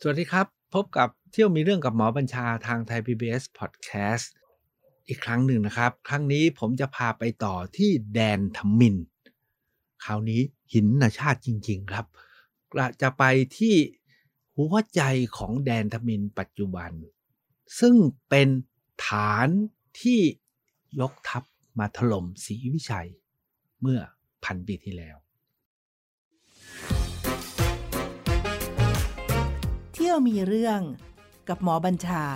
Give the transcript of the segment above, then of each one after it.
สวัสดีครับพบกับเที่ยวมีเรื่องกับหมอบัญชาทางไทย PBS Podcast อีกครั้งหนึ่งนะครับครั้งนี้ผมจะพาไปต่อที่แดนทมิฬคราวนี้หินนชาติจริงๆครับจะไปที่หัวใจของแดนทมิฬปัจจุบันซึ่งเป็นฐานที่ยกทัพมาถล่มศรีวิชัยเมื่อ1,000 ปีที่แล้วเที่ยวมีเรื่องกับหมอบัญชา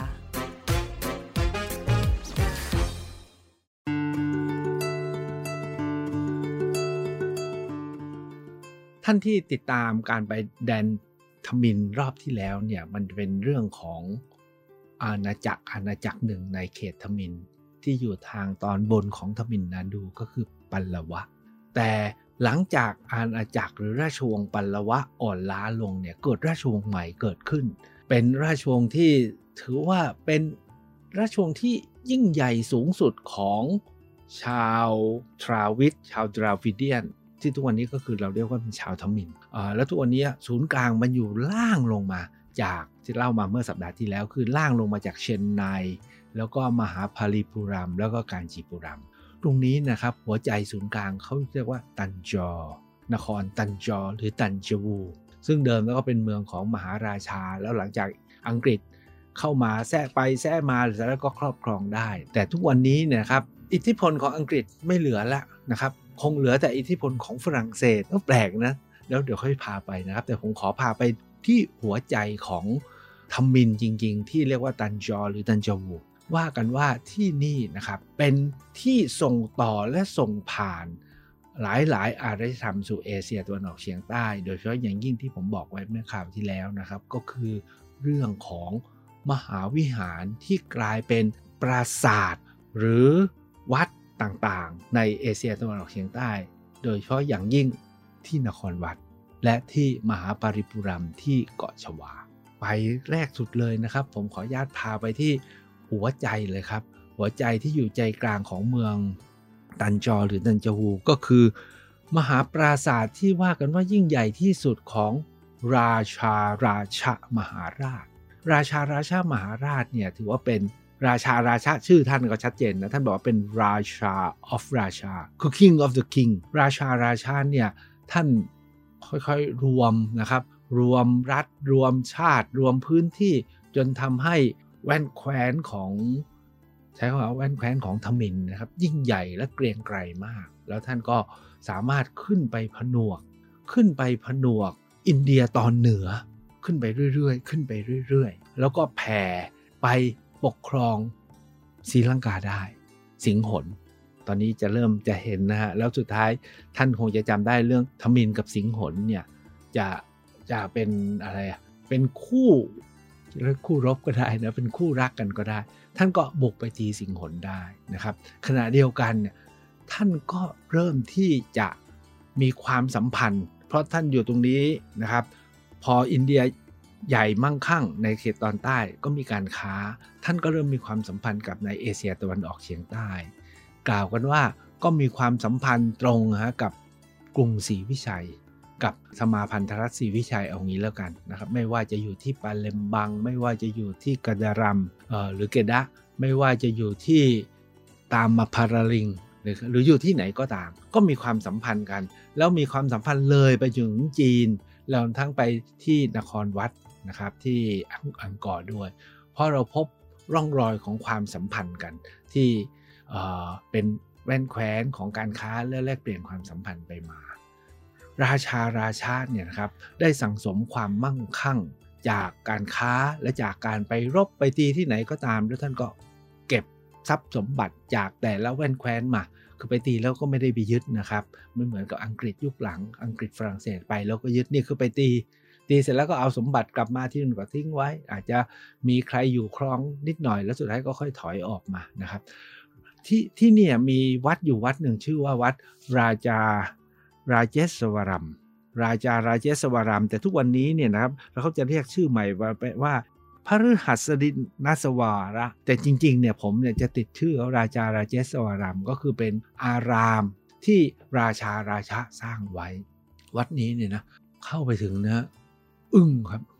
ท่านที่ติดตามการไปแดนทมิฬรอบที่แล้วเนี่ยมันเป็นเรื่องของอาณาจักรหนึ่งในเขตทมิฬที่อยู่ทางตอนบนของทมิฬนาดูก็คือปัลลวะแต่หลังจากอาณาจักรหรือราชวงศ์ปัลลวะอ่อนล้าลงเนี่ยเกิดราชวงศ์ใหม่เกิดขึ้นเป็นราชวงศ์ที่ถือว่าเป็นราชวงศ์ที่ยิ่งใหญ่สูงสุดของชาวทราวิดชาวดราวิเดียนที่ทุกวันนี้ก็คือเราเรียกว่าเป็นชาวทมิฬแล้วทุกวันนี้ศูนย์กลางมันอยู่ล่างลงมาจากที่เล่ามาเมื่อสัปดาห์ที่แล้วคือล่างลงมาจากเชนไนแล้วก็มหาพาลีปุรัมแล้วก็กาญจีปุรัมตรงนี้นะครับหัวใจศูนย์กลางเขาเรียกว่าตันจอร์นครตันจอร์หรือตันจวูซึ่งเดิมแล้วก็เป็นเมืองของมหาราชาแล้วหลังจากอังกฤษเข้ามาแทรกไปแทรกมาแล้วก็ครอบครองได้แต่ทุกวันนี้เนี่ยครับอิทธิพลของอังกฤษไม่เหลือแล้วนะครับคงเหลือแต่อิทธิพลของฝรั่งเศสก็แปลกนะแล้วเดี๋ยวค่อยพาไปนะครับแต่ผมขอพาไปที่หัวใจของทมิฬจริงๆที่เรียกว่าตันจอร์หรือตันจวูว่ากันว่าที่นี่นะครับเป็นที่ส่งต่อและส่งผ่านหลายๆอารยธรรมสู่เอเชียตะวันออกเฉียงใต้โดยเฉพาะอย่างยิ่งที่ผมบอกไว้เมื่อคราวที่แล้วนะครับก็คือเรื่องของมหาวิหารที่กลายเป็นปราสาทหรือวัดต่างๆในเอเชียตะวันออกเฉียงใต้โดยเฉพาะอย่างยิ่งที่นครวัดและที่มหาปาริปุรัมที่เกาะชวาไปแรกสุดเลยนะครับผมขออนุญาตพาไปที่หัวใจเลยครับหัวใจที่อยู่ใจกลางของเมืองตันจอร์หรือตันจวูก็คือมหาปราสาทที่ว่ากันว่ายิ่งใหญ่ที่สุดของราชาราชมหาราชราชา มหาราชเนี่ยถือว่าเป็นราชาชื่อท่านก็ชัดเจนนะท่านบอกว่าเป็นราชา of ราชาคือ king of the king ราชาเนี่ยท่านค่อยๆรวมนะครับรวมรัฐรวมชาติรวมพื้นที่จนทำให้แว่นแคว้นของใช้คำว่าแว่นแคว้นของทมิฬนะครับยิ่งใหญ่และเกรียงไกรมากแล้วท่านก็สามารถขึ้นไปผนวกอินเดียตอนเหนือขึ้นไปเรื่อยๆแล้วก็แผ่ไปปกครองศรีลังกาได้สิงหนตอนนี้จะเริ่มจะเห็นนะฮะแล้วสุดท้ายท่านคงจะจำได้เรื่องทมิฬกับสิงหนเนี่ยจะเป็นอะไรเป็นคู่รบก็ได้นะเป็นคู่รักกันก็ได้ท่านก็บุกไปตีสิงหนได้นะครับขณะเดียวกันเนี่ยท่านก็เริ่มที่จะมีความสัมพันธ์เพราะท่านอยู่ตรงนี้นะครับพออินเดียใหญ่มั่งคั่งในเขตตอนใต้ก็มีการค้าท่านก็เริ่มมีความสัมพันธ์กับในเอเชียตะวันออกเฉียงใต้กล่าวกันว่าก็มีความสัมพันธ์ตรงกับกรุงศรีวิชัยกับสมาพันธรัฐศรีวิชัยเอางี้แล้วกันนะครับไม่ว่าจะอยู่ที่ปาเลมบังไม่ว่าจะอยู่ที่กะดารัมหรือเกดะไม่ว่าจะอยู่ที่ตามมาพาราลิงหรืออยู่ที่ไหนก็ตามก็มีความสัมพันธ์กันแล้วมีความสัมพันธ์เลยไปถึงจีนแล้วทั้งไปที่นครวัดนะครับที่อังกอร์ด้วยเพราะเราพบร่องรอยของความสัมพันธ์กันที่เป็นแว่นแคว้นของการค้าและแลกเปลี่ยนความสัมพันธ์ไปมาราชาเนี่ยนะครับได้สั่งสมความมั่งคั่งจากการค้าและจากการไปรบไปตีที่ไหนก็ตามแล้วท่านก็เก็บทรัพย์สมบัติจากแต่ละแว่นแคว้นมาคือไปตีแล้วก็ไม่ได้ไปยึดนะครับไม่เหมือนกับอังกฤษยุคหลังอังกฤษฝรั่งเศสไปแล้วก็ยึดนี่คือไปตีเสร็จแล้วก็เอาสมบัติกลับมาที่นู่นก็ทิ้งไว้อาจจะมีใครอยู่ครองนิดหน่อยแล้วสุดท้ายก็ค่อยถอยออกมานะครับที่เนี่ยมีวัดอยู่วัดหนึ่งชื่อว่าวัดราเจสวรัมราเจสวรัมแต่ทุกวันนี้เนี่ยนะครับแล้วเขาจะเรียกชื่อใหม่ว่าพฤหัสดินสวาระแต่จริงๆเนี่ยผมเนี่ยจะติดชื่อราเจสวรัมก็คือเป็นอารามที่ราชาสร้างไว้วัดนี้เนี่ยนะเข้าไปถึงนะอึ้งครับ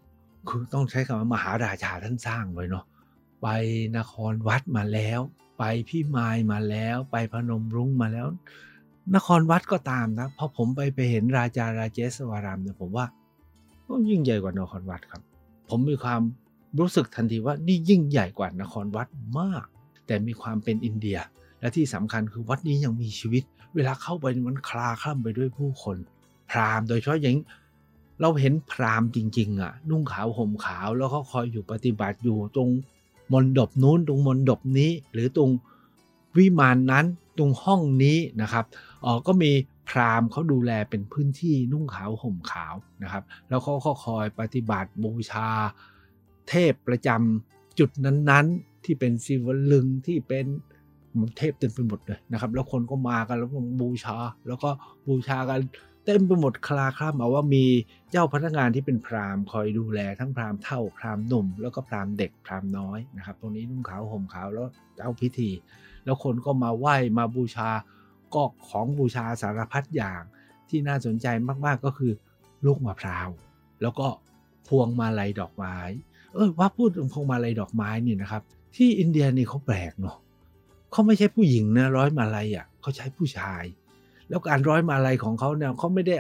คือต้องใช้คำว่ามหาราชาท่านสร้างไว้เนาะไปนครวัดมาแล้วไปพิมายมาแล้วไปพนมรุ้งมาแล้วนครวัดก็ตามนะพอผมไปเห็นราจาราเจสวรามเนี่ยผมว่าก็ยิ่งใหญ่กว่านครวัดครับผมมีความรู้สึกทันทีว่านี่ยิ่งใหญ่กว่านครวัดมากแต่มีความเป็นอินเดียและที่สำคัญคือวัดนี้ยังมีชีวิตเวลาเข้าไปมันคลาคล่ำไปด้วยผู้คนพราหมณ์โดยเฉพาะอย่างเราเห็นพราหมณ์จริงๆอ่ะนุ่งขาวห่มขาวแล้วก็คอยอยู่ปฏิบัติอยู่ตรงมณฑปนู้นตรงมณฑปนี้หรือตรงวิมานนั้นตรงห้องนี้นะครับก็มีพราหมณ์เขาดูแลเป็นพื้นที่นุ่งขาวห่มขาวนะครับแล้วเขาก็คอยปฏิบัติบูชาเทพประจำจุดนั้นๆที่เป็นศิวลึงที่เป็นเทพเต็มไปหมดเลยนะครับแล้วคนก็มากันแล้วก็บูชาแล้วก็บูชากันเต็มไปหมดคลาคล่ำเอาว่ามีเจ้าพนักงานที่เป็นพราหมณ์คอยดูแลทั้งพราหมณ์เฒ่าพราหมณ์หนุ่มแล้วก็พราหมณ์เด็กพราหมณ์น้อยนะครับตรงนี้นุ่งขาวห่มขาวแล้วเจ้าพิธีแล้วคนก็มาไหว้มาบูชาก็ของบูชาสารพัดอย่างที่น่าสนใจมากๆก็คือลูกมะพร้าวแล้วก็พวงมาลัยดอกไม้ว่าพูดถึงพวงมาลัยดอกไม้นี่นะครับที่อินเดียนี่เขาแปลกเนาะเขาไม่ใช่ผู้หญิงนะร้อยมาลัยอ่ะเขาใช้ผู้ชายแล้วการร้อยมาลัยของเขาเนี่ยเขาไม่ได้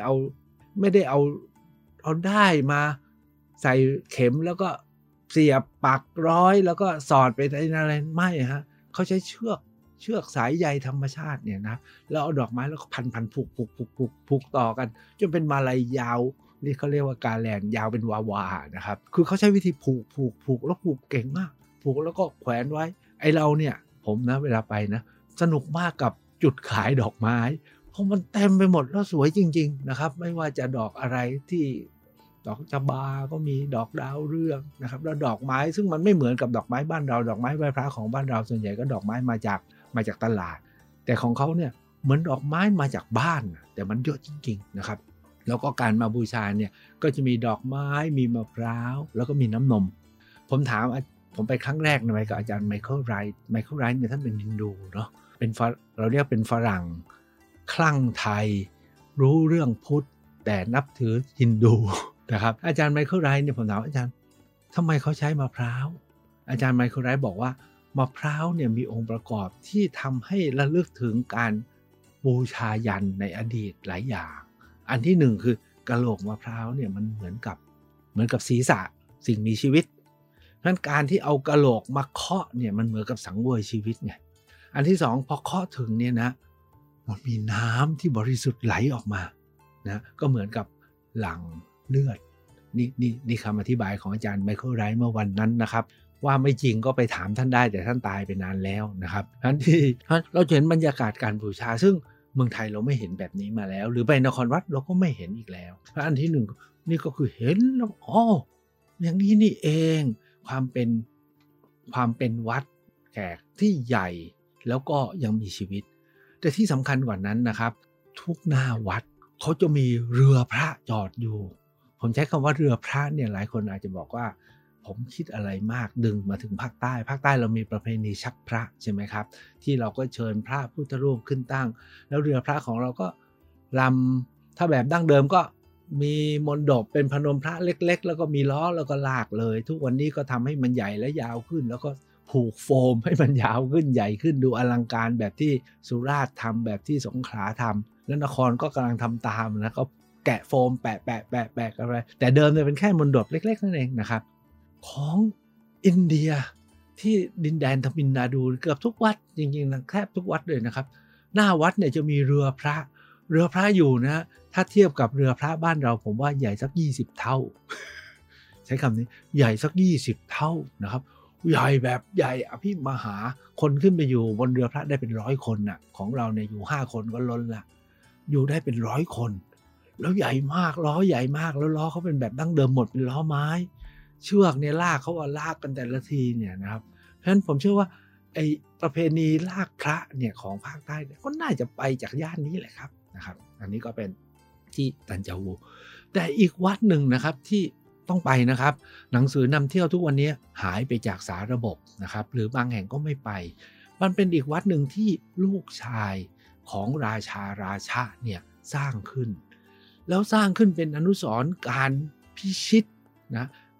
เอาได้มาใส่เข็มแล้วก็เสียบปักร้อยแล้วก็สอดไปในอะไรไม่ฮะเขาใช้เชือกสายใยธรรมชาติเนี่ยนะแล้วเอาดอกไม้แล้วก็พันผูกต่อกันจนเป็นมาลัยยาวนี่เขาเรียกว่าการแลนยาวเป็นวานะครับคือเขาใช้วิธีผูกแล้วผูกเก่งมากผูกแล้วก็แขวนไว้ไอเราเนี่ยผมนะเวลาไปนะสนุกมากกับจุดขายดอกไม้เพราะมันเต็มไปหมดแล้วสวยจริงๆนะครับไม่ว่าจะดอกอะไรที่ดอกจบาก็มีดอกดาวเรืองนะครับแล้วดอกไม้ซึ่งมันไม่เหมือนกับดอกไม้บ้านเราดอกไม้ไหว้พระของบ้านเราส่วนใหญ่ก็ดอกไม้มาจากตลาดแต่ของเขาเนี่ยเหมือนดอกไม้มาจากบ้านแต่มันเยอะจริงๆนะครับแล้วก็การมาบูชาเนี่ยก็จะมีดอกไม้มีมะพร้าวแล้วก็มีน้ำนมผมไปครั้งแรกนะไปกับอาจารย์ไมเคิลไรท์เนี่ยท่านเป็นฮินดูเนาะเราเรียกเป็นฝรั่งคลั่งไทยรู้เรื่องพุทธแต่นับถือฮินดูนะครับอาจารย์ไมเคิลไรท์เนี่ยผมถามอาจารย์ทำไมเขาใช้มะพร้าวอาจารย์ไมเคิลไรท์บอกว่ามะพร้าวเนี่ยมีองค์ประกอบที่ทำให้ระลึกถึงการบูชายันในอดีตหลายอย่างอันที่หนึ่งคือกะโหลกมะพร้าวเนี่ยมันเหมือนกับศีรษะสิ่งมีชีวิตนั้นการที่เอากะโหลกมาเคาะเนี่ยมันเหมือนกับสังเวยชีวิตไงอันที่สองพอเคาะถึงเนี่ยนะมันมีน้ำที่บริสุทธิ์ไหลออกมานะก็เหมือนกับหลั่งเลือดนี่คำอธิบายของอาจารย์ไมเคิลไรท์เมื่อวันนั้นนะครับว่าไม่จริงก็ไปถามท่านได้แต่ท่านตายไปนานแล้วนะครับทันทีเราเห็นบรรยากาศการบูชาซึ่งเมืองไทยเราไม่เห็นแบบนี้มาแล้วหรือไปนครวัดเราก็ไม่เห็นอีกแล้วอันที่หนึ่งนี่ก็คือเห็นแล้วอย่างนี้นี่เองความเป็นวัดแขกที่ใหญ่แล้วก็ยังมีชีวิตแต่ที่สำคัญกว่านั้นนะครับทุกหน้าวัดเขาจะมีเรือพระจอดอยู่ผมใช้คำว่าเรือพระเนี่ยหลายคนอาจจะบอกว่าผมคิดอะไรมากดึงมาถึงภาคใต้เรามีประเพณีชักพระใช่ไหมครับที่เราก็เชิญพระพุทธรูปขึ้นตั้งแล้วเรือพระของเราก็ลำถ้าแบบดั้งเดิมก็มีมณฑปเป็นพนมพระเล็กๆแล้วก็มีล้อแล้วก็ลากเลยทุกวันนี้ก็ทำให้มันใหญ่และยาวขึ้นแล้วก็ผูกโฟมให้มันยาวขึ้นใหญ่ขึ้นดูอลังการแบบที่สุราษฎร์ทำแบบที่สงขลาทำแล้วนครก็กำลังทำตามนะก็แกะโฟมแปะอะไรแต่เดิมเนี่ยเป็นแค่มณฑปเล็กๆนั่นเองนะครับของอินเดียที่ดินแดนทมิลนาดูเกือบทุกวัดจริงๆแทบทุกวัดเลยนะครับหน้าวัดเนี่ยจะมีเรือพระอยู่นะถ้าเทียบกับเรือพระบ้านเราผมว่าใหญ่สัก20เท่า ใช้คำนี้ใหญ่สัก20เท่านะครับใหญ่แบบใหญ่อภิมหาคนขึ้นไปอยู่บนเรือพระได้เป็น100คนน่ะของเราเนี่ยอยู่5คนก็ล้นละอยู่ได้เป็น100คนแล้วใหญ่มากล้อใหญ่มากแล้วล้อเขาเป็นแบบดั้งเดิมหมดเป็นล้อไม้เชือกเนี่ยลากเขาว่าลากกันแต่ละทีเนี่ยนะครับเพราะฉะนั้นผมเชื่อว่าไอ้ประเพณีลากพระเนี่ยของภาคใต้ก็น่าจะไปจากย่านนี้แหละครับนะครับอันนี้ก็เป็นที่ตันจาวูแต่อีกวัดหนึ่งนะครับที่ต้องไปนะครับหนังสือนำเที่ยวทุกวันนี้หายไปจากสาระบบนะครับหรือบางแห่งก็ไม่ไปมันเป็นอีกวัดหนึ่งที่ลูกชายของราชาเนี่ยสร้างขึ้นแล้วสร้างขึ้นเป็นอนุสรณ์การพิชิตนะ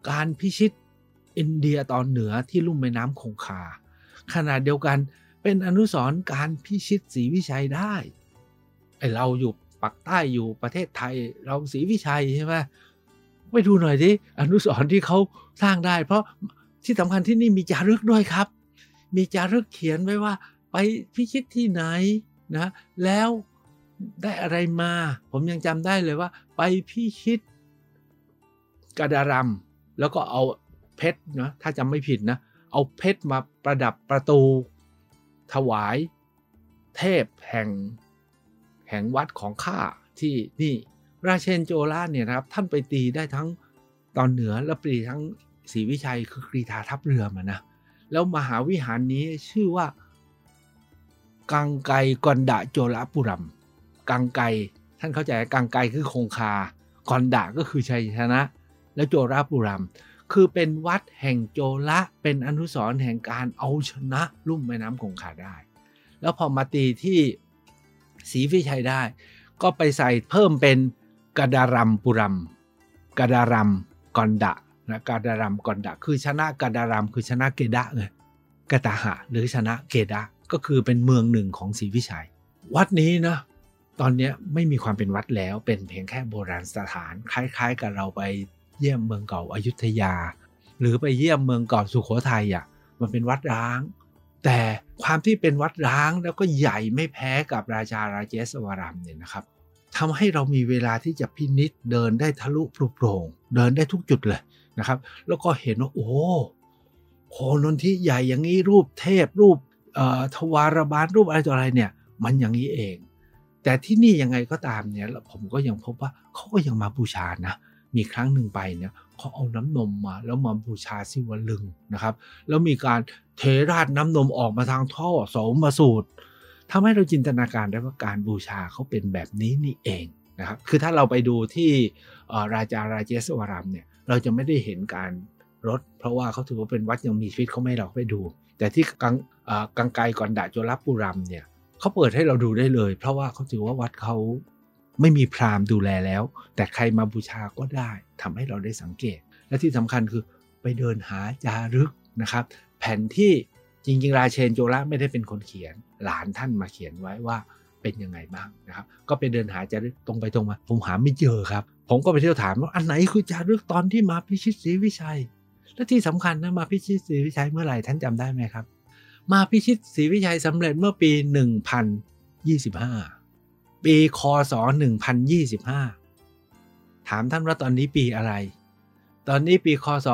การพิชิตอินเดียตอนเหนือที่ลุ่มแม่น้ำคงคาขณะเดียวกันเป็นอนุสรณ์การพิชิตศรีวิชัยได้ไอเราอยู่ปักใต้อยู่ประเทศไทยเราศรีวิชัยใช่ไหมไปดูหน่อยดิอนุสรณ์ที่เขาสร้างได้เพราะที่สำคัญที่นี่มีจารึกด้วยครับมีจารึกเขียนไว้ว่าไปพิชิตที่ไหนนะแล้วได้อะไรมาผมยังจำได้เลยว่าไปพิชิตกาดารัมแล้วก็เอาเพชรนะถ้าจำไม่ผิดนะเอาเพชรมาประดับประตูถวายเทพแห่งวัดของข้าที่นี่ราเชนโจล่าเนี่ยนะครับท่านไปตีได้ทั้งตอนเหนือและตีทั้งศรีวิชัยคือกรีฑาทัพเรือมานะแล้วมหาวิหารนี้ชื่อว่ากังไกกอนดะโจลปุรัมกังไกท่านเข้าใจกังไกคือคงคากอนดะก็คือชัยชนะแล้วโจลปุรัมคือเป็นวัดแห่งโจละเป็นอนุสรณ์แห่งการเอาชนะลุ่มแม่น้ำคงคาได้แล้วพอมาตีที่ศรีวิชัยได้ก็ไปใส่เพิ่มเป็นกาดารัมปุรัมกาดารัมกอนดะนะกาดารัมกอนดะคือชนะกาดารัมคือชนะเกดะไงกตาหะหรือชนะเกดะก็คือเป็นเมืองหนึ่งของศรีวิชัยวัดนี้นะตอนนี้ไม่มีความเป็นวัดแล้วเป็นเพียงแค่โบราณสถานคล้ายๆกับเราไปเยี่ยมเมืองเก่าอยุธยาหรือไปเยี่ยมเมืองเก่าสุโขทัยมันเป็นวัดร้างแต่ความที่เป็นวัดร้างแล้วก็ใหญ่ไม่แพ้กับราชาราเจสวรามเนี่ยนะครับทำให้เรามีเวลาที่จะพินิจเดินได้ทะลุปลุกโปร่งเดินได้ทุกจุดเลยนะครับแล้วก็เห็นว่าโอ้โคนนที่ใหญ่อย่างนี้รูปเทพรูปทวารบาลรูปอะไรต่ออะไรเนี่ยมันอย่างนี้เองแต่ที่นี่ยังไงก็ตามเนี่ยผมก็ยังพบว่าเขาก็ยังมาบูชานะมีครั้งหนึ่งไปเนี่ยเขาเอาน้ำนมมาแล้วมาบูชาศิวลึงนะครับแล้วมีการเทราดน้ำนมออกมาทางท่อโสมสูตรทำให้เราจินตนาการได้ว่าการบูชาเขาเป็นแบบนี้นี่เองนะครับคือถ้าเราไปดูที่ราชาราเจสวรามเนี่ยเราจะไม่ได้เห็นการรถเพราะว่าเขาถือว่าเป็นวัดยังมีชีวิตเขาไม่ให้เราไปดูแต่ที่กังไกกอนดะโจลปุรัมเนี่ยเขาเปิดให้เราดูได้เลยเพราะว่าเขาถือว่าวัดเขาไม่มีพราหมณ์ดูแลแล้วแต่ใครมาบูชาก็ได้ทำให้เราได้สังเกตและที่สำคัญคือไปเดินหาจารึกนะครับแผ่นที่จริงๆราเชนโจละไม่ได้เป็นคนเขียนหลานท่านมาเขียนไว้ว่าเป็นยังไงบ้างนะครับก็ไปเดินหาจารึกตรงไปตรงมาผมหาไม่เจอครับผมก็ไปเที่ยวถามว่าอันไหนคือจารึกตอนที่มาพิชิตศรีวิชัยและที่สำคัญนะมาพิชิตศรีวิชัยเมื่อไหร่ท่านจำได้ไหมครับมาพิชิตศรีวิชัยสำเร็จเมื่อปี1025ปีคศ1025ถามท่านว่าตอนนี้ปีอะไรตอนนี้ปีคศ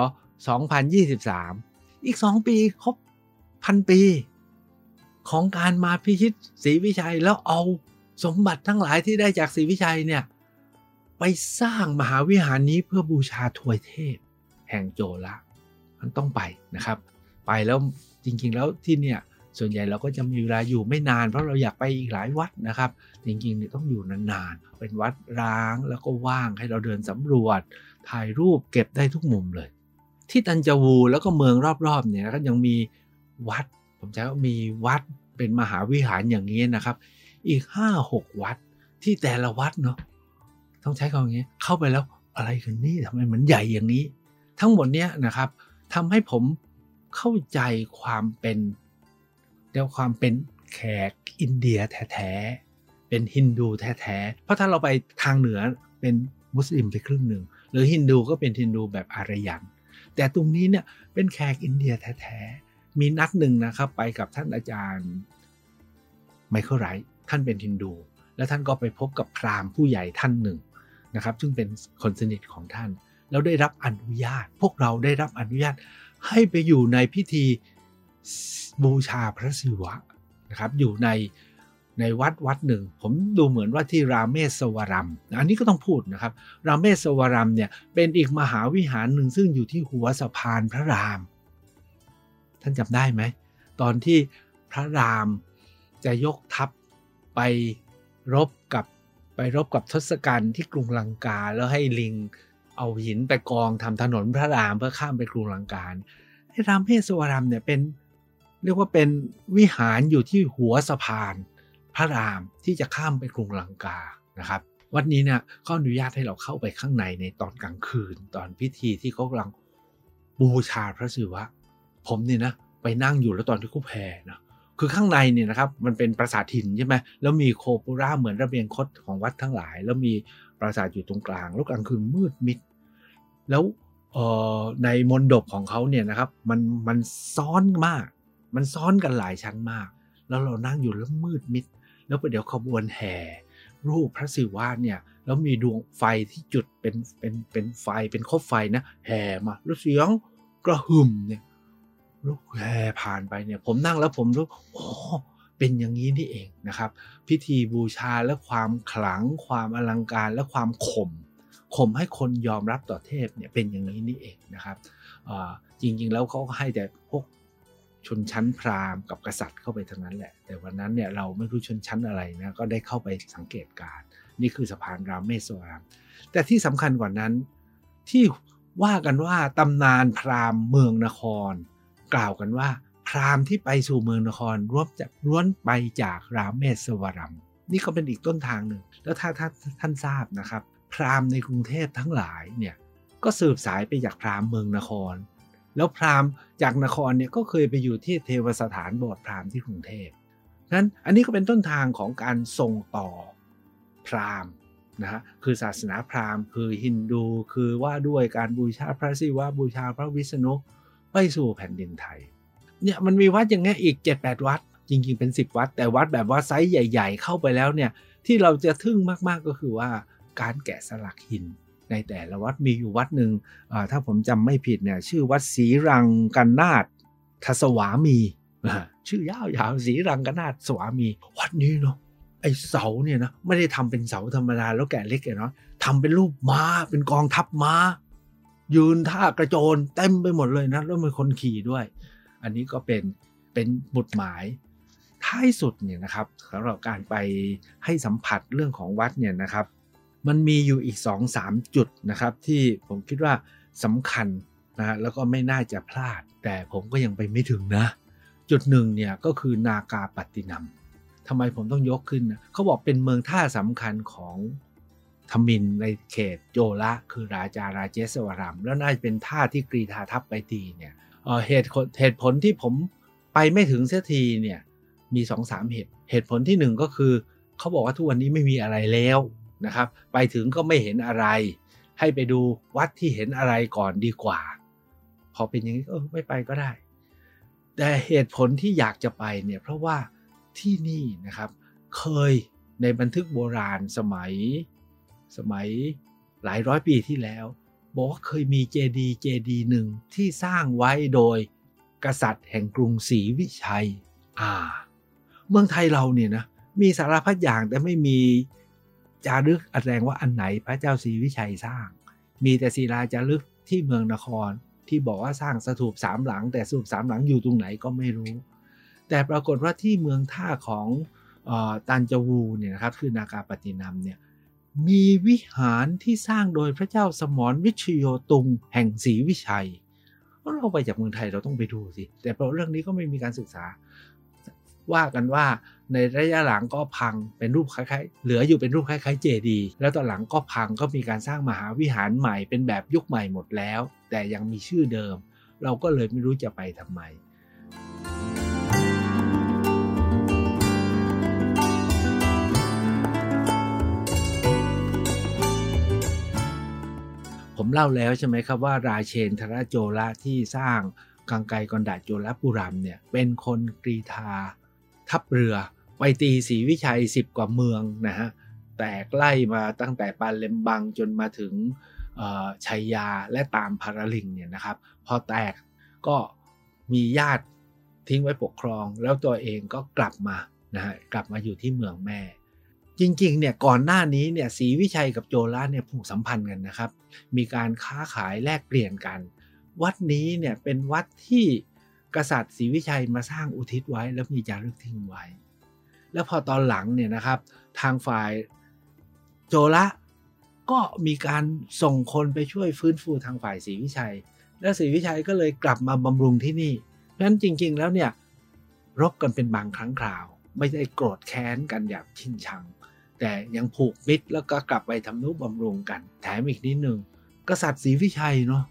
2023อีก2ปีครบ1,000 ปีของการมาพิชิตศรีวิชัยแล้วเอาสมบัติทั้งหลายที่ได้จากศรีวิชัยเนี่ยไปสร้างมหาวิหารนี้เพื่อบูชาทวยเทพแห่งโจละมันต้องไปนะครับไปแล้วจริงๆแล้วที่เนี่ยส่วนใหญ่เราก็จะมีเวลาอยู่ไม่นานเพราะเราอยากไปอีกหลายวัดนะครับจริงๆเนี่ยต้องอยู่นานๆเป็นวัดร้างแล้วก็ว่างให้เราเดินสำรวจถ่ายรูปเก็บได้ทุกมุมเลยที่ตันจาวูแล้วก็เมืองรอบๆเนี่ยก็ยังมีวัดผมใช้ว่ามีวัดเป็นมหาวิหารอย่างนี้นะครับอีก 5-6 วัดที่แต่ละวัดเนาะต้องใช้คำอย่างนี้เข้าไปแล้วอะไรกันนี่ทำไมมันใหญ่อย่างนี้ทั้งหมดเนี้ยนะครับทำให้ผมเข้าใจความเป็นแขกอินเดียแท้ๆเป็นฮินดูแท้ๆเพราะถ้าเราไปทางเหนือเป็นมุสลิมไปครึ่งหนึ่งหรือฮินดูก็เป็นฮินดูแบบอารยันแต่ตรงนี้เนี่ยเป็นแขกอินเดียแท้ๆมีนัดหนึ่งนะครับไปกับท่านอาจารย์ไมเคิลไรท์ท่านเป็นฮินดูแล้วท่านก็ไปพบกับพราหมณ์ผู้ใหญ่ท่านหนึ่งนะครับซึ่งเป็นคนสนิทของท่านแล้วได้รับอนุญาตพวกเราได้รับอนุญาตให้ไปอยู่ในพิธีบูชาพระศิวะนะครับอยู่ในวัดหนึ่งผมดูเหมือนว่าที่ราเมศวรัมอันนี้ก็ต้องพูดนะครับราเมศวรัมเนี่ยเป็นอีกมหาวิหารหนึ่งซึ่งอยู่ที่หัวสะพานพระรามท่านจำได้ไหมตอนที่พระรามจะยกทัพไปรบกับทศกัณฐ์ที่กรุงลังกาแล้วให้ลิงเอาหินไปกองทำถนนพระรามเพื่อข้ามไปกรุงลังกาไอ้รามเมศวรัมเนี่ยเป็นเรียกว่าเป็นวิหารอยู่ที่หัวสะพานพระรามที่จะข้ามไปกรุงลังกานะครับวัดนี้เนี่ยเขาอนุญาตให้เราเข้าไปข้างในในตอนกลางคืนตอนพิธีที่เขากำลังบูชาพระศิวะผมเนี่ยนะไปนั่งอยู่แล้วตอนที่เขาแผ่นะคือข้างในเนี่ยนะครับมันเป็นปราสาทหินใช่ไหมแล้วมีโคปุระเหมือนระเบียงคดของวัดทั้งหลายแล้วมีปราสาทอยู่ตรงกลางแล้วกลางคืนมืดมิดแล้วในมณฑปของเขาเนี่ยนะครับมันซ้อนมากมันซ้อนกันหลายชั้นมากแล้วเรานั่งอยู่แล้วมืดมิดแล้วประเดี๋ยวขบวนแห่รูปพระศิวะเนี่ยแล้วมีดวงไฟที่จุดเป็นไฟเป็นคบไฟนะแห่มาแล้วเสียงกระหึ่มเนี่ยลูกแห่ผ่านไปเนี่ยผมนั่งแล้วผมรู้โอ้เป็นอย่างนี้นี่เองนะครับพิธีบูชาและความขลังความอลังการและความข่มให้คนยอมรับต่อเทพเนี่ยเป็นอย่างนี้นี่เองนะครับจริงๆแล้วเขาก็ให้แต่พวกชนชั้นพราหมณ์กับกษัตริย์เข้าไปทั้งนั้นแหละแต่วันนั้นเนี่ยเราไม่รู้ชนชั้นอะไรนะก็ได้เข้าไปสังเกตการณ์นี่คือสะพานรามเมศวรามแต่ที่สำคัญกว่านั้นที่ว่ากันว่าตำนานพราหมณ์เมืองนครกล่าวกันว่าพราหมณ์ที่ไปสู่เมืองนครล้วนไปจากรามเมศวรามนี่ก็เป็นอีกต้นทางหนึ่งแล้วถ้าท่านทราบนะครับพราหมณ์ในกรุงเทพทั้งหลายเนี่ยก็สืบสายไปจากพราหมณ์เมืองนครแล้วพราหมณ์จากนครเนี่ยก็เคยไปอยู่ที่เทวสถานโบสถ์พราหมณ์ที่กรุงเทพนั้นอันนี้ก็เป็นต้นทางของการส่งต่อพราหมณ์นะฮะคือศาสนาพราหมณ์คือฮินดูคือว่าด้วยการบูชาพระศิวะบูชาพระวิษณุไปสู่แผ่นดินไทยเนี่ยมันมีวัดอย่างเงี้ยอีก 7-8 วัดจริงๆเป็น10วัดแต่วัดแบบว่าไซส์ใหญ่ๆเข้าไปแล้วเนี่ยที่เราจะทึ่งมากๆก็คือว่าการแกะสลักหินในแต่ละวัดมีอยู่วัดหนึ่งถ้าผมจำไม่ผิดเนี่ยชื่อวัดศรีรังกนาถทสวามีชื่อยาวๆศรีรังกนาถสวามีวัดนี้เนาะไอเสาเนี่ยนะไม่ได้ทำเป็นเสาธรรมดาแล้วแกะเล็กแกะน้อยทำเป็นรูปม้าเป็นกองทัพม้ายืนท่ากระโจนเต็มไปหมดเลยนะแล้วมีคนขี่ด้วยอันนี้ก็เป็นบุตรหมายท้ายสุดเนี่ยนะครับสำหรับการไปให้สัมผัสเรื่องของวัดเนี่ยนะครับมันมีอยู่อีก 2-3 จุดนะครับที่ผมคิดว่าสำคัญนะแล้วก็ไม่น่าจะพลาดแต่ผมก็ยังไปไม่ถึงนะจุดหนึ่งเนี่ยก็คือนากาปัตตินัมทำไมผมต้องยกขึ้นนะเขาบอกเป็นเมืองท่าสำคัญของทมิฬในเขตโจละคือราจาราเจสวรามแล้วน่าจะเป็นท่าที่กรีธาทัพไปตีเนี่ยเหตุผลที่ผมไปไม่ถึงเสียทีเนี่ยมี 2-3 เหตุผลที่1ก็คือเขาบอกว่าทุกวันนี้ไม่มีอะไรแล้วนะครับไปถึงก็ไม่เห็นอะไรให้ไปดูวัดที่เห็นอะไรก่อนดีกว่าพอเป็นอย่างนี้ไม่ไปก็ได้แต่เหตุผลที่อยากจะไปเนี่ยเพราะว่าที่นี่นะครับเคยในบันทึกโบราณสมัยหลายร้อยปีที่แล้วบอกว่าเคยมีเจดีย์หนึ่งที่สร้างไว้โดยกษัตริย์แห่งกรุงศรีวิชัยเมืองไทยเราเนี่ยนะมีสารพัดอย่างแต่ไม่มีจารึกแสดงว่าอันไหนพระเจ้าศรีวิชัยสร้างมีแต่ศิลาจารึกที่เมืองนครที่บอกว่าสร้างสถูป3หลังแต่สถูป3หลังอยู่ตรงไหนก็ไม่รู้แต่ปรากฏว่าที่เมืองท่าของตันจวูเนี่ยนะครับคือนากาปัตตินัมเนี่ยมีวิหารที่สร้างโดยพระเจ้าสมรวิชโยตุงแห่งศรีวิชัยเราไปจากเมืองไทยเราต้องไปดูสิแต่เพราะเรื่องนี้ก็ไม่มีการศึกษาว่ากันว่าในระยะหลังก็พังเป็นรูปคล้ายๆเหลืออยู่เป็นรูปคล้ายๆเจดีย์แล้วตอนหลังก็พังก็มีการสร้างมหาวิหารใหม่เป็นแบบยุคใหม่หมดแล้วแต่ยังมีชื่อเดิมเราก็เลยไม่รู้จะไปทำไมผมเล่าแล้วใช่ไหมครับว่าราเชนทรโจละที่สร้างกังไกกรดาโจลปุรัมเนี่ยเป็นคนกรีธาทัพเรือไปตีศรีวิชัย10 กว่าเมืองนะฮะแตกไล่มาตั้งแต่ปาเลมบังจนมาถึงชัยยาและตามพาราลิงเนี่ยนะครับพอแตกก็มีญาติทิ้งไว้ปกครองแล้วตัวเองก็กลับมานะฮะกลับมาอยู่ที่เมืองแม่จริงๆเนี่ยก่อนหน้านี้เนี่ยศรีวิชัยกับโจละเนี่ยผูกสัมพันธ์กันนะครับมีการค้าขายแลกเปลี่ยนกันวัดนี้เนี่ยเป็นวัดที่กษัตริย์ศรีวิชัยมาสร้างอุทิศไว้แล้วมีจารึกทิ้งไว้แล้วพอตอนหลังเนี่ยนะครับทางฝ่ายโจละก็มีการส่งคนไปช่วยฟื้นฟูทางฝ่ายศรีวิชัยแล้วศรีวิชัยก็เลยกลับมาบำรุงที่นี่เพราะฉะนั้นจริงๆแล้วเนี่ยรบกันเป็นบางครั้งคราวไม่ได้โกรธแค้นกันอย่างชิงชังแต่ยังผูกมิตรแล้วก็กลับไปทำนุบำรุงกันแถมอีกนิดนึงกษัตริย์ศรีวิชัยเนาะ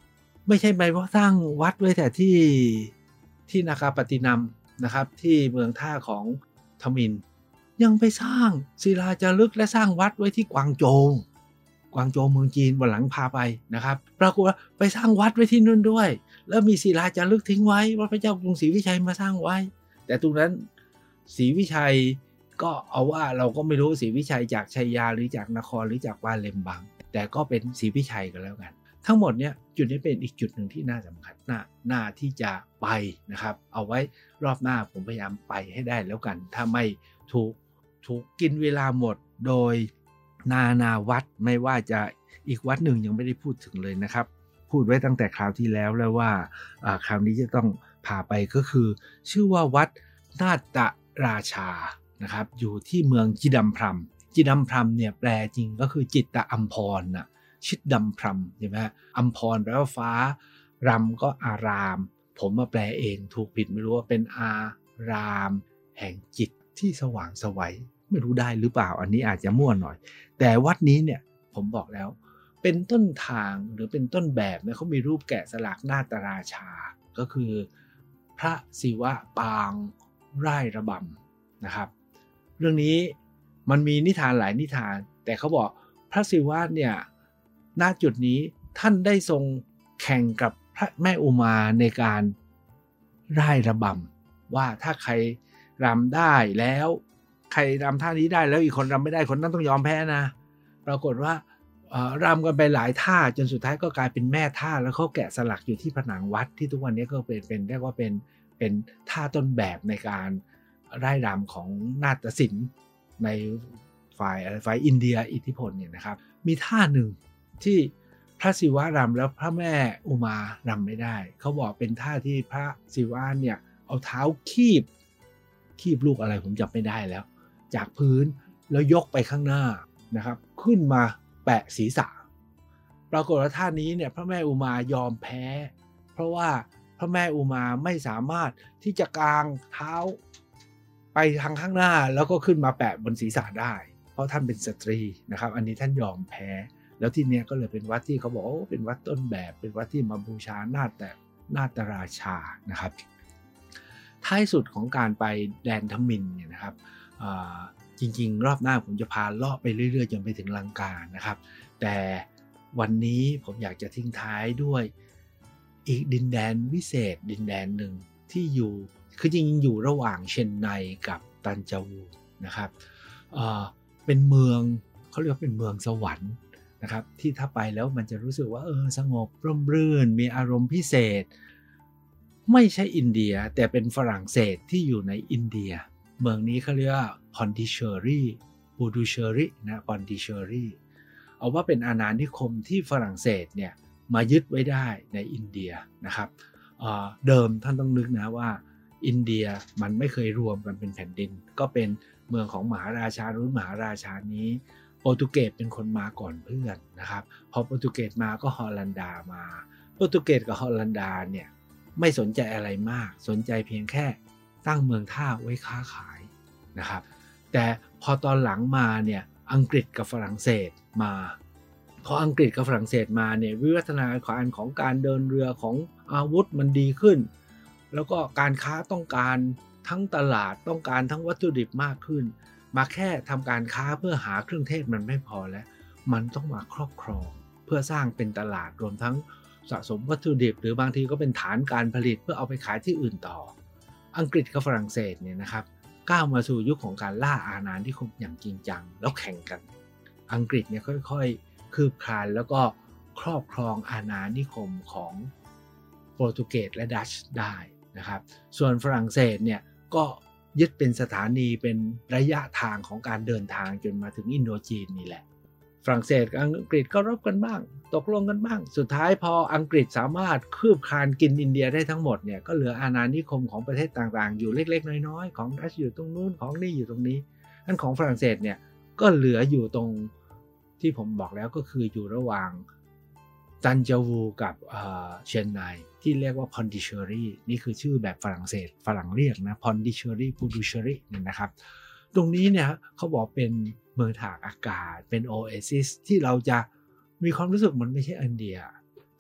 ไม่ใช่ไปว่าสร้างวัดไว้แต่ที่นาคาปฏินัมนะครับที่เมืองท่าของทมิฬยังไปสร้างศิลาจารึกและสร้างวัดไว้ที่กวางโจวเมืองจีนวันหลังพาไปนะครับปรากฏว่าไปสร้างวัดไว้ที่นู่นด้วยแล้วมีศิลาจารึกทิ้งไว้ว่าพระเจ้ากรุงศรีวิชัยมาสร้างไว้แต่ตรงนั้นศรีวิชัยก็เอาว่าเราก็ไม่รู้ศรีวิชัยจากชัยยาหรือจากนครหรือจากวาเลมบังแต่ก็เป็นศรีวิชัยกันแล้วกันทั้งหมดเนี่ยจุดนี้เป็นอีกจุดหนึ่งที่น่าสำคัญน่าที่จะไปนะครับเอาไว้รอบหน้าผมพยายามไปให้ได้แล้วกันถ้าไม่ถูกกินเวลาหมดโดยนาวัดไม่ว่าจะอีกวัดหนึ่งยังไม่ได้พูดถึงเลยนะครับพูดไว้ตั้งแต่คราวที่แล้วว่าคราวนี้จะต้องพาไปก็คือชื่อว่าวัดนาฏราชานะครับอยู่ที่เมืองจิดัมพรัมเนี่ยแปลจริงก็คือจิตตอัมพรน่ะชิดดำพรัมใช่ไหมอัมพรแปลว่าฟ้ารำก็อารามผมมาแปลเองถูกผิดไม่รู้ว่าเป็นอารามแห่งจิตที่สว่างไสวไม่รู้ได้หรือเปล่าอันนี้อาจจะมั่วหน่อยแต่วัดนี้เนี่ยผมบอกแล้วเป็นต้นทางหรือเป็นต้นแบบเนี่ยเขามีรูปแกะสลักนาฏราชาก็คือพระศิวะปางร่ายระบำนะครับเรื่องนี้มันมีนิทานหลายนิทานแต่เขาบอกพระศิวะเนี่ยณจุดนี้ท่านได้ทรงแข่งกับพระแม่อุมาในการร่ายระบำว่าถ้าใครรำได้แล้วใครรำท่านี้ได้แล้วอีกคนรำไม่ได้คนนั้นต้องยอมแพ้นะปรากฏว่ารำกันไปหลายท่าจนสุดท้ายก็กลายเป็นแม่ท่าแล้วเขาแกะสลักอยู่ที่ผนังวัดที่ทุกวันนี้ก็เป็นเรียกว่าเป็นท่าต้นแบบในการร่ายรำของนาฏศิลป์ในฝ่ายอินเดียอิทธิพลเนี่ยนะครับมีท่าหนึ่งที่พระศิวะรำแล้วพระแม่อุมารำไม่ได้เขาบอกเป็นท่าที่พระศิวะเนี่ยเอาเท้าคีบลูกอะไรผมจำไม่ได้แล้วจากพื้นแล้วยกไปข้างหน้านะครับขึ้นมาแปะศีรษะปรากฏว่าท่านี้เนี่ยพระแม่อุมายอมแพ้เพราะว่าพระแม่อุมาไม่สามารถที่จะกางเท้าไปทางข้างหน้าแล้วก็ขึ้นมาแปะบนศีรษะได้เพราะท่านเป็นสตรีนะครับอันนี้ท่านยอมแพ้แล้วที่เนี้ยก็เลยเป็นวัดที่เขาบอกว่าเป็นวัดต้นแบบเป็นวัดที่มาบูชานาฏราชานะครับท้ายสุดของการไปแดนทมิฬเนี่ยนะครับจริงๆรอบหน้าผมจะพาเลาะไปเรื่อยๆจนไปถึงลังกานะครับแต่วันนี้ผมอยากจะทิ้งท้ายด้วยอีกดินแดนวิเศษดินแดนหนึ่งที่อยู่คือจริงๆอยู่ระหว่างเชนไนกับตันจาวูนะครับเป็นเมืองเขาเรียกว่าเป็นเมืองสวรรค์นะครับที่ถ้าไปแล้วมันจะรู้สึกว่าสงบร่มรื่นมีอารมณ์พิเศษไม่ใช่อินเดียแต่เป็นฝรั่งเศสที่อยู่ในอินเดียเมืองนี้เขาเรียกว่าพอนดิเชอรี่ปูดูเชอรี่นะพอนดิเชอรี่เอาว่าเป็นอาณานิคมที่ฝรั่งเศสเนี่ยมายึดไว้ได้ในอินเดียนะครับเดิมท่านต้องนึกนะว่าอินเดียมันไม่เคยรวมกันเป็นแผ่นดินก็เป็นเมืองของมหาราชารุ่นมหาราชานี้โปรตุเกสเป็นคนมาก่อนเพื่อนนะครับพอโปรตุเกสมาก็ฮอลันดามาโปรตุเกสกับฮอลันดาเนี่ยไม่สนใจอะไรมากสนใจเพียงแค่ตั้งเมืองท่าไว้ค้าขายนะครับแต่พอตอนหลังมาเนี่ยอังกฤษกับฝรั่งเศสมาพออังกฤษกับฝรั่งเศสมาเนี่ยวิวัฒนาการของการเดินเรือของอาวุธมันดีขึ้นแล้วก็การค้าต้องการทั้งตลาดต้องการทั้งวัตถุดิบมากขึ้นมาแค่ทำการค้าเพื่อหาเครื่องเทศมันไม่พอแล้วมันต้องมาครอบครองเพื่อสร้างเป็นตลาดรวมทั้งสะสมวัตถุดิบหรือบางทีก็เป็นฐานการผลิตเพื่อเอาไปขายที่อื่นต่ออังกฤษกับฝรั่งเศสเนี่ยนะครับก้าวมาสู่ยุคของการล่าอาณานิคมอย่างจริงจังแล้วแข่งกันอังกฤษเนี่ยค่อยๆคืบคลานแล้วก็ครอบครองอาณานิคมของโปรตุเกสและดัชได้นะครับส่วนฝรั่งเศสเนี่ยก็ยึดเป็นสถานีเป็นระยะทางของการเดินทางจนมาถึงอินโดจีนนี่แหละฝรั่งเศสกับอังกฤษก็รบกันบ้างตกลงกันบ้างสุดท้ายพออังกฤษสามารถคืบคลานกินอินเดียได้ทั้งหมดเนี่ยก็เหลืออาณานิคมของประเทศต่างๆอยู่เล็กๆน้อยๆของดัชอยู่ตรงนู้นของนี่อยู่ตรงนี้อันของฝรั่งเศสเนี่ยก็เหลืออยู่ตรงที่ผมบอกแล้วก็คืออยู่ระหว่างตันจาวูกับเชียงไนที่เรียกว่าพอนดิเชอรี่นี่คือชื่อแบบฝรั่งเศสฝรั่งเรียกนะพอนดิเชอรี่ปูดูเชอรี่เนี่ยนะครับตรงนี้เนี่ยเขาบอกเป็นเมืองตากอากาศเป็นโอเอซิสที่เราจะมีความรู้สึกมันไม่ใช่อินเดีย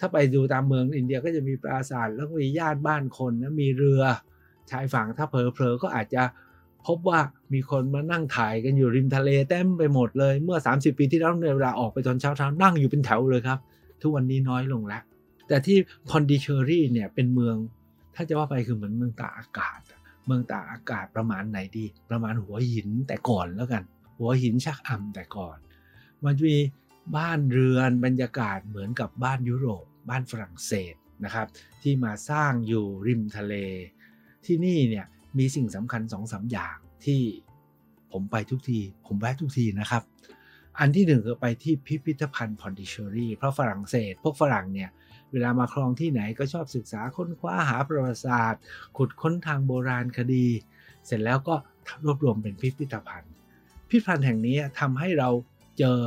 ถ้าไปดูตามเมืองอินเดียก็จะมีปราสาทแล้วก็มีย่านบ้านคนนะมีเรือชายฝั่งถ้าเผลอๆก็อาจจะพบว่ามีคนมานั่งถ่ายกันอยู่ริมทะเลเต็มไปหมดเลยเมื่อ30ปีที่แล้วในเวลาออกไปตอนเช้านั่งอยู่เป็นแถวเลยครับทุกวันนี้น้อยลงแล้วแต่ที่พอนดิเชอรี่เนี่ยเป็นเมืองถ้าจะว่าไปคือเหมือนเมืองตากอากาศเมืองตากอากาศประมาณไหนดีประมาณหัวหินแต่ก่อนแล้วกันหัวหินชักอ่ำแต่ก่อนมันจะมีบ้านเรือนบรรยากาศเหมือนกับบ้านยุโรปบ้านฝรั่งเศสนะครับที่มาสร้างอยู่ริมทะเลที่นี่เนี่ยมีสิ่งสำคัญ 2-3 อย่างที่ผมไปทุกทีผมแวะทุกทีนะครับอันที่หนึ่งคือไปที่พิพิธภัณฑ์พอนดิเชอรี่เพราะฝรั่งเศสพวกฝรั่งเนี่ยเวลามาครองที่ไหนก็ชอบศึกษาค้นคว้าหาประวัติศาสตร์ขุดค้นทางโบราณคดีเสร็จแล้วก็รวบรวมเป็นพิพิธภัณฑ์พิพิธภัณฑ์แห่งนี้ทำให้เราเจอ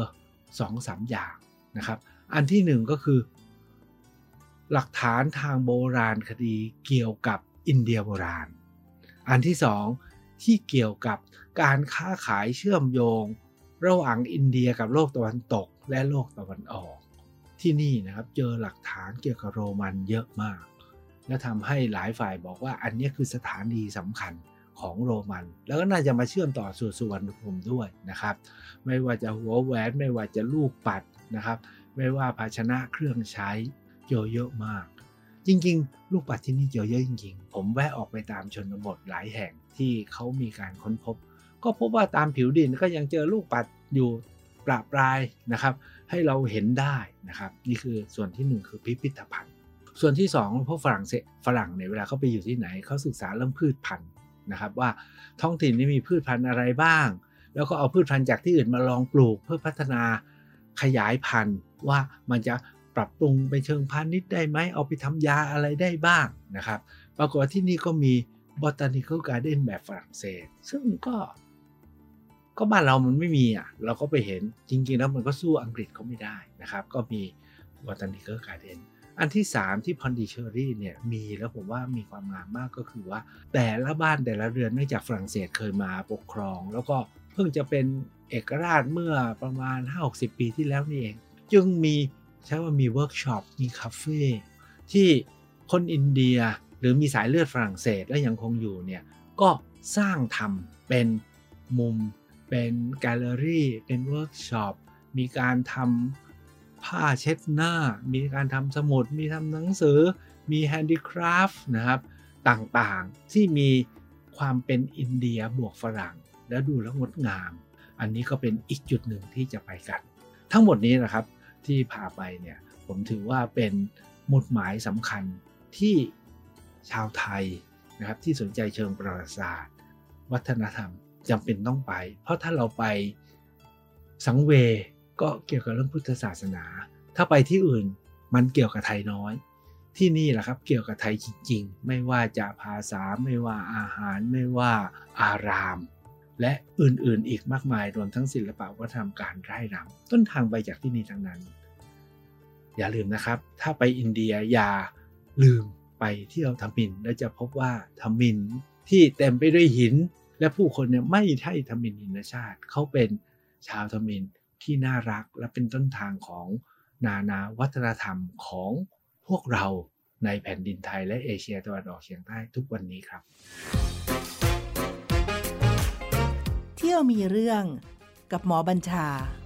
2-3 อย่างนะครับอันที่หนึ่งก็คือหลักฐานทางโบราณคดีเกี่ยวกับอินเดียโบราณอันที่สองที่เกี่ยวกับการค้าขายเชื่อมโยงระหว่างอินเดียกับโลกตะวันตกและโลกตะวันออกที่นี่นะครับเจอหลักฐานเกี่ยวกับโรมันเยอะมากและทำให้หลายฝ่ายบอกว่าอันนี้คือสถานีสำคัญของโรมันแล้วก็น่าจะมาเชื่อมต่อสู่สุวรรณภูมิด้วยนะครับไม่ว่าจะหัวแหวนไม่ว่าจะลูกปัดนะครับไม่ว่าภาชนะเครื่องใช้เจอเยอะมากจริงๆลูกปัดที่นี่เจอเยอะจริงๆผมแวะออกไปตามชนบทหลายแห่งที่เขามีการค้นพบก็พบว่าตามผิวดินก็ยังเจอลูกปัดอยู่ประปรายนะครับให้เราเห็นได้นะครับนี่คือส่วนที่1คือพิพิธภัณฑ์ส่วนที่2พวกฝรั่งเนี่ยเวลาเขาไปอยู่ที่ไหนเขาศึกษาเรื่องพืชพันธุ์นะครับว่าท้องถิ่นนี้มีพืชพันธุ์อะไรบ้างแล้วก็เอาพืชพันธุ์จากที่อื่นมาลองปลูกเพื่อพัฒนาขยายพันธุ์ว่ามันจะปรับปรุงเป็นเชิงพาณิชย์ได้ไหมเอาไปทำยาอะไรได้บ้างนะครับปรากฏว่าที่นี่ก็มี Botanical Garden แบบฝรั่งเศสซึ่งก็บ้านเรามันไม่มีเราก็ไปเห็นจริงๆแล้วมันก็สู้อังกฤษเขาไม่ได้นะครับก็มี Botanical Garden อันที่3ที่พอนดิเชอรี่เนี่ยมีแล้วผมว่ามีความงามมากก็คือว่าแต่ละบ้านแต่ละเรือนเนื่องจากฝรั่งเศสเคยมาปกครองแล้วก็เพิ่งจะเป็นเอกราชเมื่อประมาณ 50-60 ปีที่แล้วนี่เองจึงมีใช้ว่ามีเวิร์กช็อปมีคาเฟ่ที่คนอินเดียหรือมีสายเลือดฝรั่งเศสและยังคงอยู่เนี่ยก็สร้างทำเป็นมุมเป็นแกลเลอรี่เป็นเวิร์กช็อปมีการทำผ้าเช็ดหน้ามีการทำสมุดมีทำหนังสือมีแฮนดี้คราฟต์นะครับต่างๆที่มีความเป็นอินเดียบวกฝรั่งแล้วดูแล้วงดงามอันนี้ก็เป็นอีกจุดหนึ่งที่จะไปกันทั้งหมดนี้นะครับที่พาไปเนี่ยผมถือว่าเป็นหมุดหมายสำคัญที่ชาวไทยนะครับที่สนใจเชิงประวัติศาสตร์วัฒนธรรมจำเป็นต้องไปเพราะถ้าเราไปสังเวก็เกี่ยวกับเรื่องพุทธศาสนาถ้าไปที่อื่นมันเกี่ยวกับไทยน้อยที่นี่แหละครับเกี่ยวกับไทยจริงๆไม่ว่าจะภาษาไม่ว่าอาหารไม่ว่าอารามและอื่นๆอีกมากมายรวมทั้งศิลปะวัฒนธรรมการร่ายรำต้นทางไปจากที่นี่ทั้งนั้นอย่าลืมนะครับถ้าไปอินเดียอย่าลืมไปเที่ยวทมิฬแล้วจะพบว่าทมิฬที่เต็มไปด้วยหินและผู้คนเนี่ยไม่ใช่ทมิฬหินชาติเขาเป็นชาวทมิฬที่น่ารักและเป็นต้นทางของนานาวัฒนธรรมของพวกเราในแผ่นดินไทยและเอเชียตะวันออกเฉียงใต้ทุกวันนี้ครับเที่ยวมีเรื่องกับหมอบัญชา